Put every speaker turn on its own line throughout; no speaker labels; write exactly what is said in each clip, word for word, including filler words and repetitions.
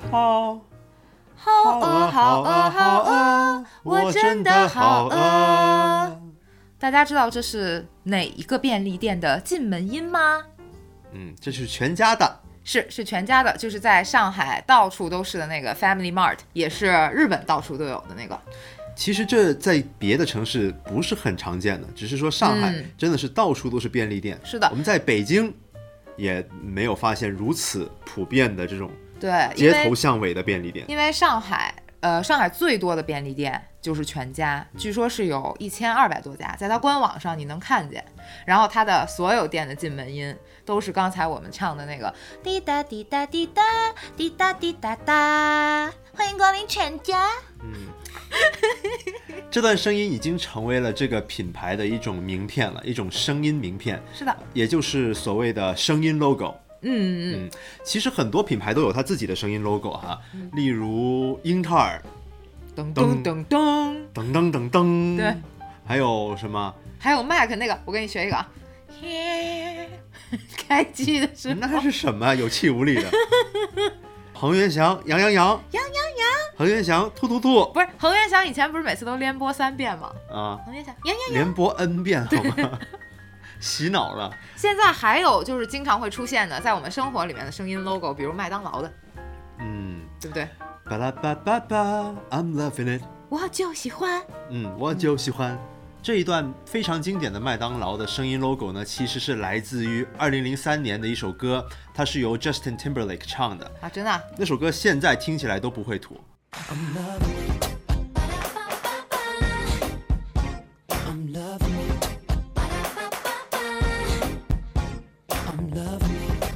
好
好饿好饿好饿，我真的好饿。大家知道这是哪一个便利店的进门音吗？
嗯，这是全家的。
是是全家的，就是在上海到处都是的那个 Family Mart， 也是日本到处都有的那个。
其实这在别的城市不是很常见的，只是说上海真的是到处都是便利店。
嗯、是的，
我们在北京也没有发现如此普遍的这种
对
街头巷尾的便利店。
因为上海呃上海最多的便利店就是全家，据说是有一千二百多家，在它官网上你能看见。然后它的所有店的进门音都是刚才我们唱的那个滴答滴答滴答滴答滴答答，欢迎光临全家。
嗯，这段声音已经成为了这个品牌的一种名片了，一种声音名片。
是的，
也就是所谓的声音 logo。
嗯
嗯，其实很多品牌都有它自己的声音 logo 哈，嗯、例如英特尔，
噔噔噔噔
噔噔噔噔，
对，
还有什么？
还有 Mac 那个，我给你学一个啊，开机的时候
那是什么？有气无力的。恒源祥，羊羊羊，
羊羊羊，
恒源祥，兔兔兔，
不是恒源祥以前不是每次都连播三遍吗？
啊，
恒源祥，羊羊羊，
连播 N 遍好吗？洗脑了。
现在还有就是经常会出现的，在我们生活里面的声音 logo， 比如麦当劳的，
嗯，
对不对？
巴拉巴巴巴 ，I'm loving it，
我就喜欢，
嗯，我就喜欢。这一段非常经典的麦当劳的声音 logo 呢，其实是来自于二零零三年的一首歌，它是由 Justin Timberlake 唱的
啊，真的、啊？
那首歌现在听起来都不会土。I'm loving it, I'm loving it, I'm loving it,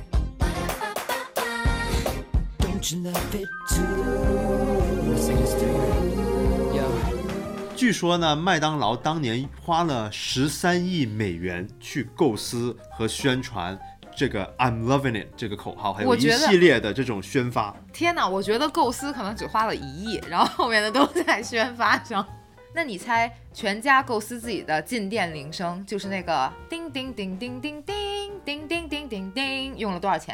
don't you love it too? Sing this to you, yeah.据说呢，麦当劳当年花了十三亿美元去构思和宣传这个 I'm loving it 这个口号，还有一系列的这种宣发。
天哪，我觉得构思可能只花了一亿，然后后面的都在宣发上。那你猜全家构思自己的进店铃声就是那个叮叮叮叮叮叮叮叮叮叮叮，用了多少钱？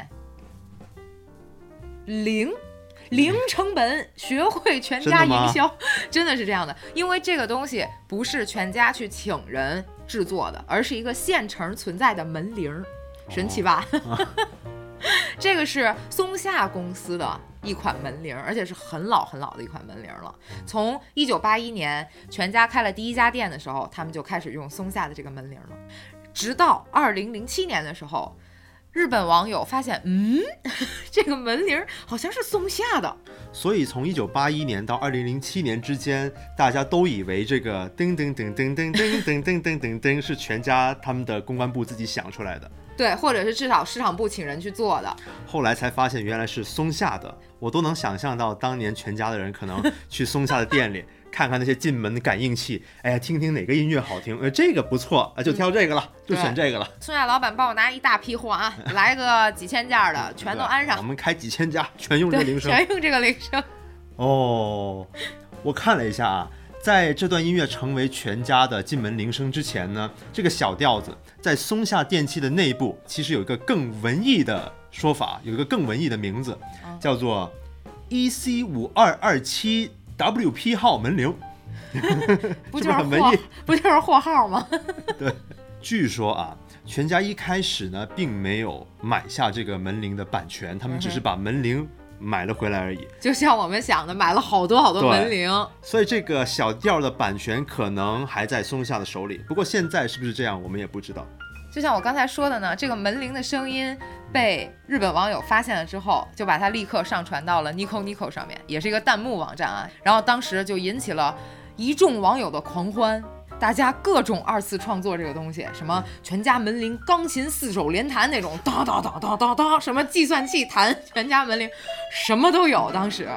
零。零成本，学会全家营销，真的是这样的。因为这个东西不是全家去请人制作的，而是一个现成存在的门铃，神奇吧？哦啊、这个是松下公司的一款门铃，而且是很老很老的一款门铃了。从一九八一年全家开了第一家店的时候，他们就开始用松下的这个门铃了，直到二零零七年的时候。日本网友发现，嗯，这个门铃好像是松下的，
所以从一九八一年到二零零七年之间，大家都以为这个叮叮叮叮叮叮叮叮叮叮叮是全家他们的公关部自己想出来的，
对，或者是至少市场部请人去做的。
后来才发现原来是松下的，我都能想象到当年全家的人可能去松下的店里。看看那些进门的感应器，哎呀，听听哪个音乐好听，呃，这个不错，啊，就挑这个了，嗯、就选这个了。
松下老板帮我拿一大批货啊，来个几千件的，全都安上。
我们开几千家，全用这个铃声，
全用这个铃声。
哦，我看了一下啊，在这段音乐成为全家的进门铃声之前呢，这个小调子在松下电器的内部其实有一个更文艺的说法，有一个更文艺的名字，嗯、叫做 E C 五二二七。W P 号门铃，
不就是货不就是货号吗？
对，据说啊，全家一开始呢，并没有买下这个门铃的版权，他们只是把门铃买了回来而已。
就像我们想的，买了好多好多门铃，
所以这个小调的版权可能还在松下的手里。不过现在是不是这样，我们也不知道。
就像我刚才说的呢，这个门铃的声音被日本网友发现了之后，就把它立刻上传到了 Nico Nico 上面，也是一个弹幕网站啊。然后当时就引起了一众网友的狂欢，大家各种二次创作这个东西，什么全家门铃钢琴四手联弹那种，哒哒哒哒哒哒，什么计算器弹全家门铃，什么都有。当时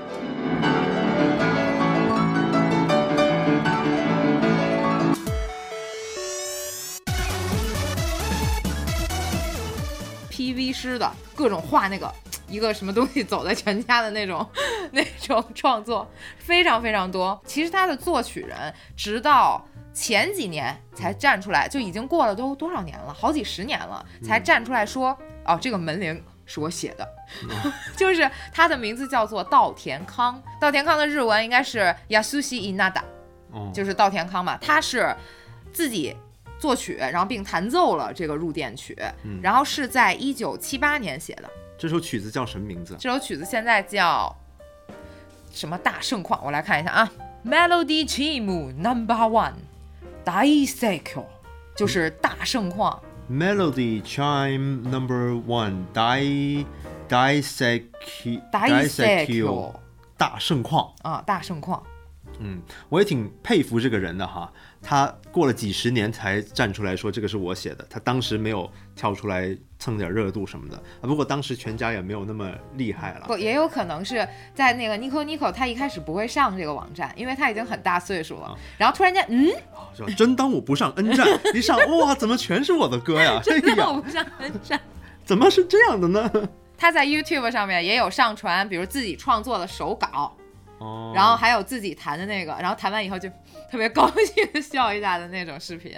P V 师的各种画那个一个什么东西走在全家的那种那种创作非常非常多。其实他的作曲人直到前几年才站出来，就已经过了都多少年了，好几十年了，才站出来说、嗯、哦，这个门铃是我写的，嗯、就是他的名字叫做稻田康。稻田康的日文应该是 Yasushi Inada，、哦、就是稻田康嘛。他是自己作曲，然后并弹奏了这个入殿曲，嗯、然后是在一九七八年写的。
这首曲子叫什么名字？
这首曲子现在叫什么大盛况？我来看一下啊 ，Melody Chime Number One， 大盛況，就是大盛况。
Melody Chime Number One， 大大盛況，
大盛況，
大盛況
啊，大盛況。
嗯，我也挺佩服这个人的哈，他过了几十年才站出来说这个是我写的，他当时没有跳出来蹭点热度什么的啊。不过当时全家也没有那么厉害了，
不也有可能是在那个 Nico Nico 他一开始不会上这个网站，因为他已经很大岁数了，啊、然后突然间嗯，
真当我不上 N 站，一上哇，怎么全是我的歌呀？
真当我不上 N 站，
怎么是这样的呢？
他在 YouTube 上面也有上传，比如自己创作的手稿。
哦、
然后还有自己弹的那个，然后弹完以后就特别高兴的笑一下的那种视频。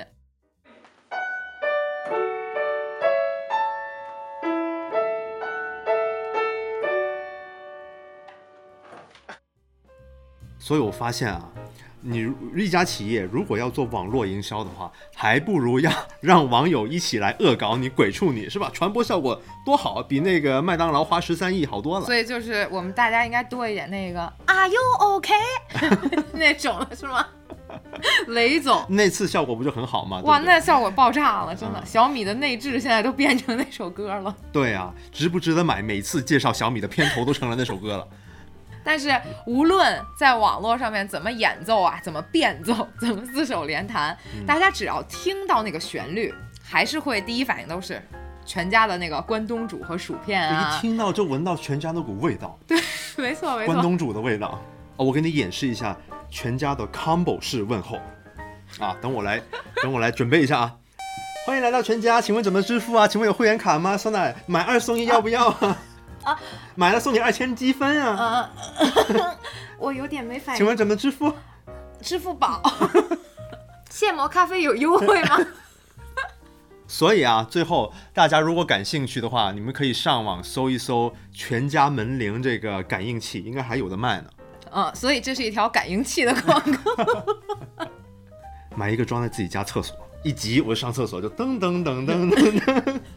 所以我发现啊，你一家企业如果要做网络营销的话，还不如要让网友一起来恶搞你、鬼畜你，是吧？传播效果多好，比那个麦当劳花十三亿好多了。
所以就是我们大家应该多一点那个 Are you OK 那种了，是吗？雷总
那次效果不就很好吗？
哇，那效果爆炸了，真的、嗯。小米的内置现在都变成那首歌了。
对啊，值不值得买？每次介绍小米的片头都成了那首歌了。
但是无论在网络上面怎么演奏啊，怎么变奏，怎么四手联弹、嗯、大家只要听到那个旋律，还是会第一反应都是全家的那个关东煮和薯片啊，
一听到就闻到全家那股味道。
对，没错没错，
关东煮的味道。哦，我给你演示一下全家的 combo 式问候啊，等我来等我来准备一下啊。欢迎来到全家，请问怎么支付啊？请问有会员卡吗？酸奶买二送一要不要啊？啊，买了送你二千积分啊！
呃、我有点没反应。
请问怎么支付？
支付宝。现磨咖啡有优惠吗？
所以啊，最后大家如果感兴趣的话，你们可以上网搜一搜全家门铃这个感应器，应该还有的卖呢。
嗯，所以这是一条感应器的广告。
买一个装在自己家厕所，一急我上厕所就噔噔噔噔噔噔。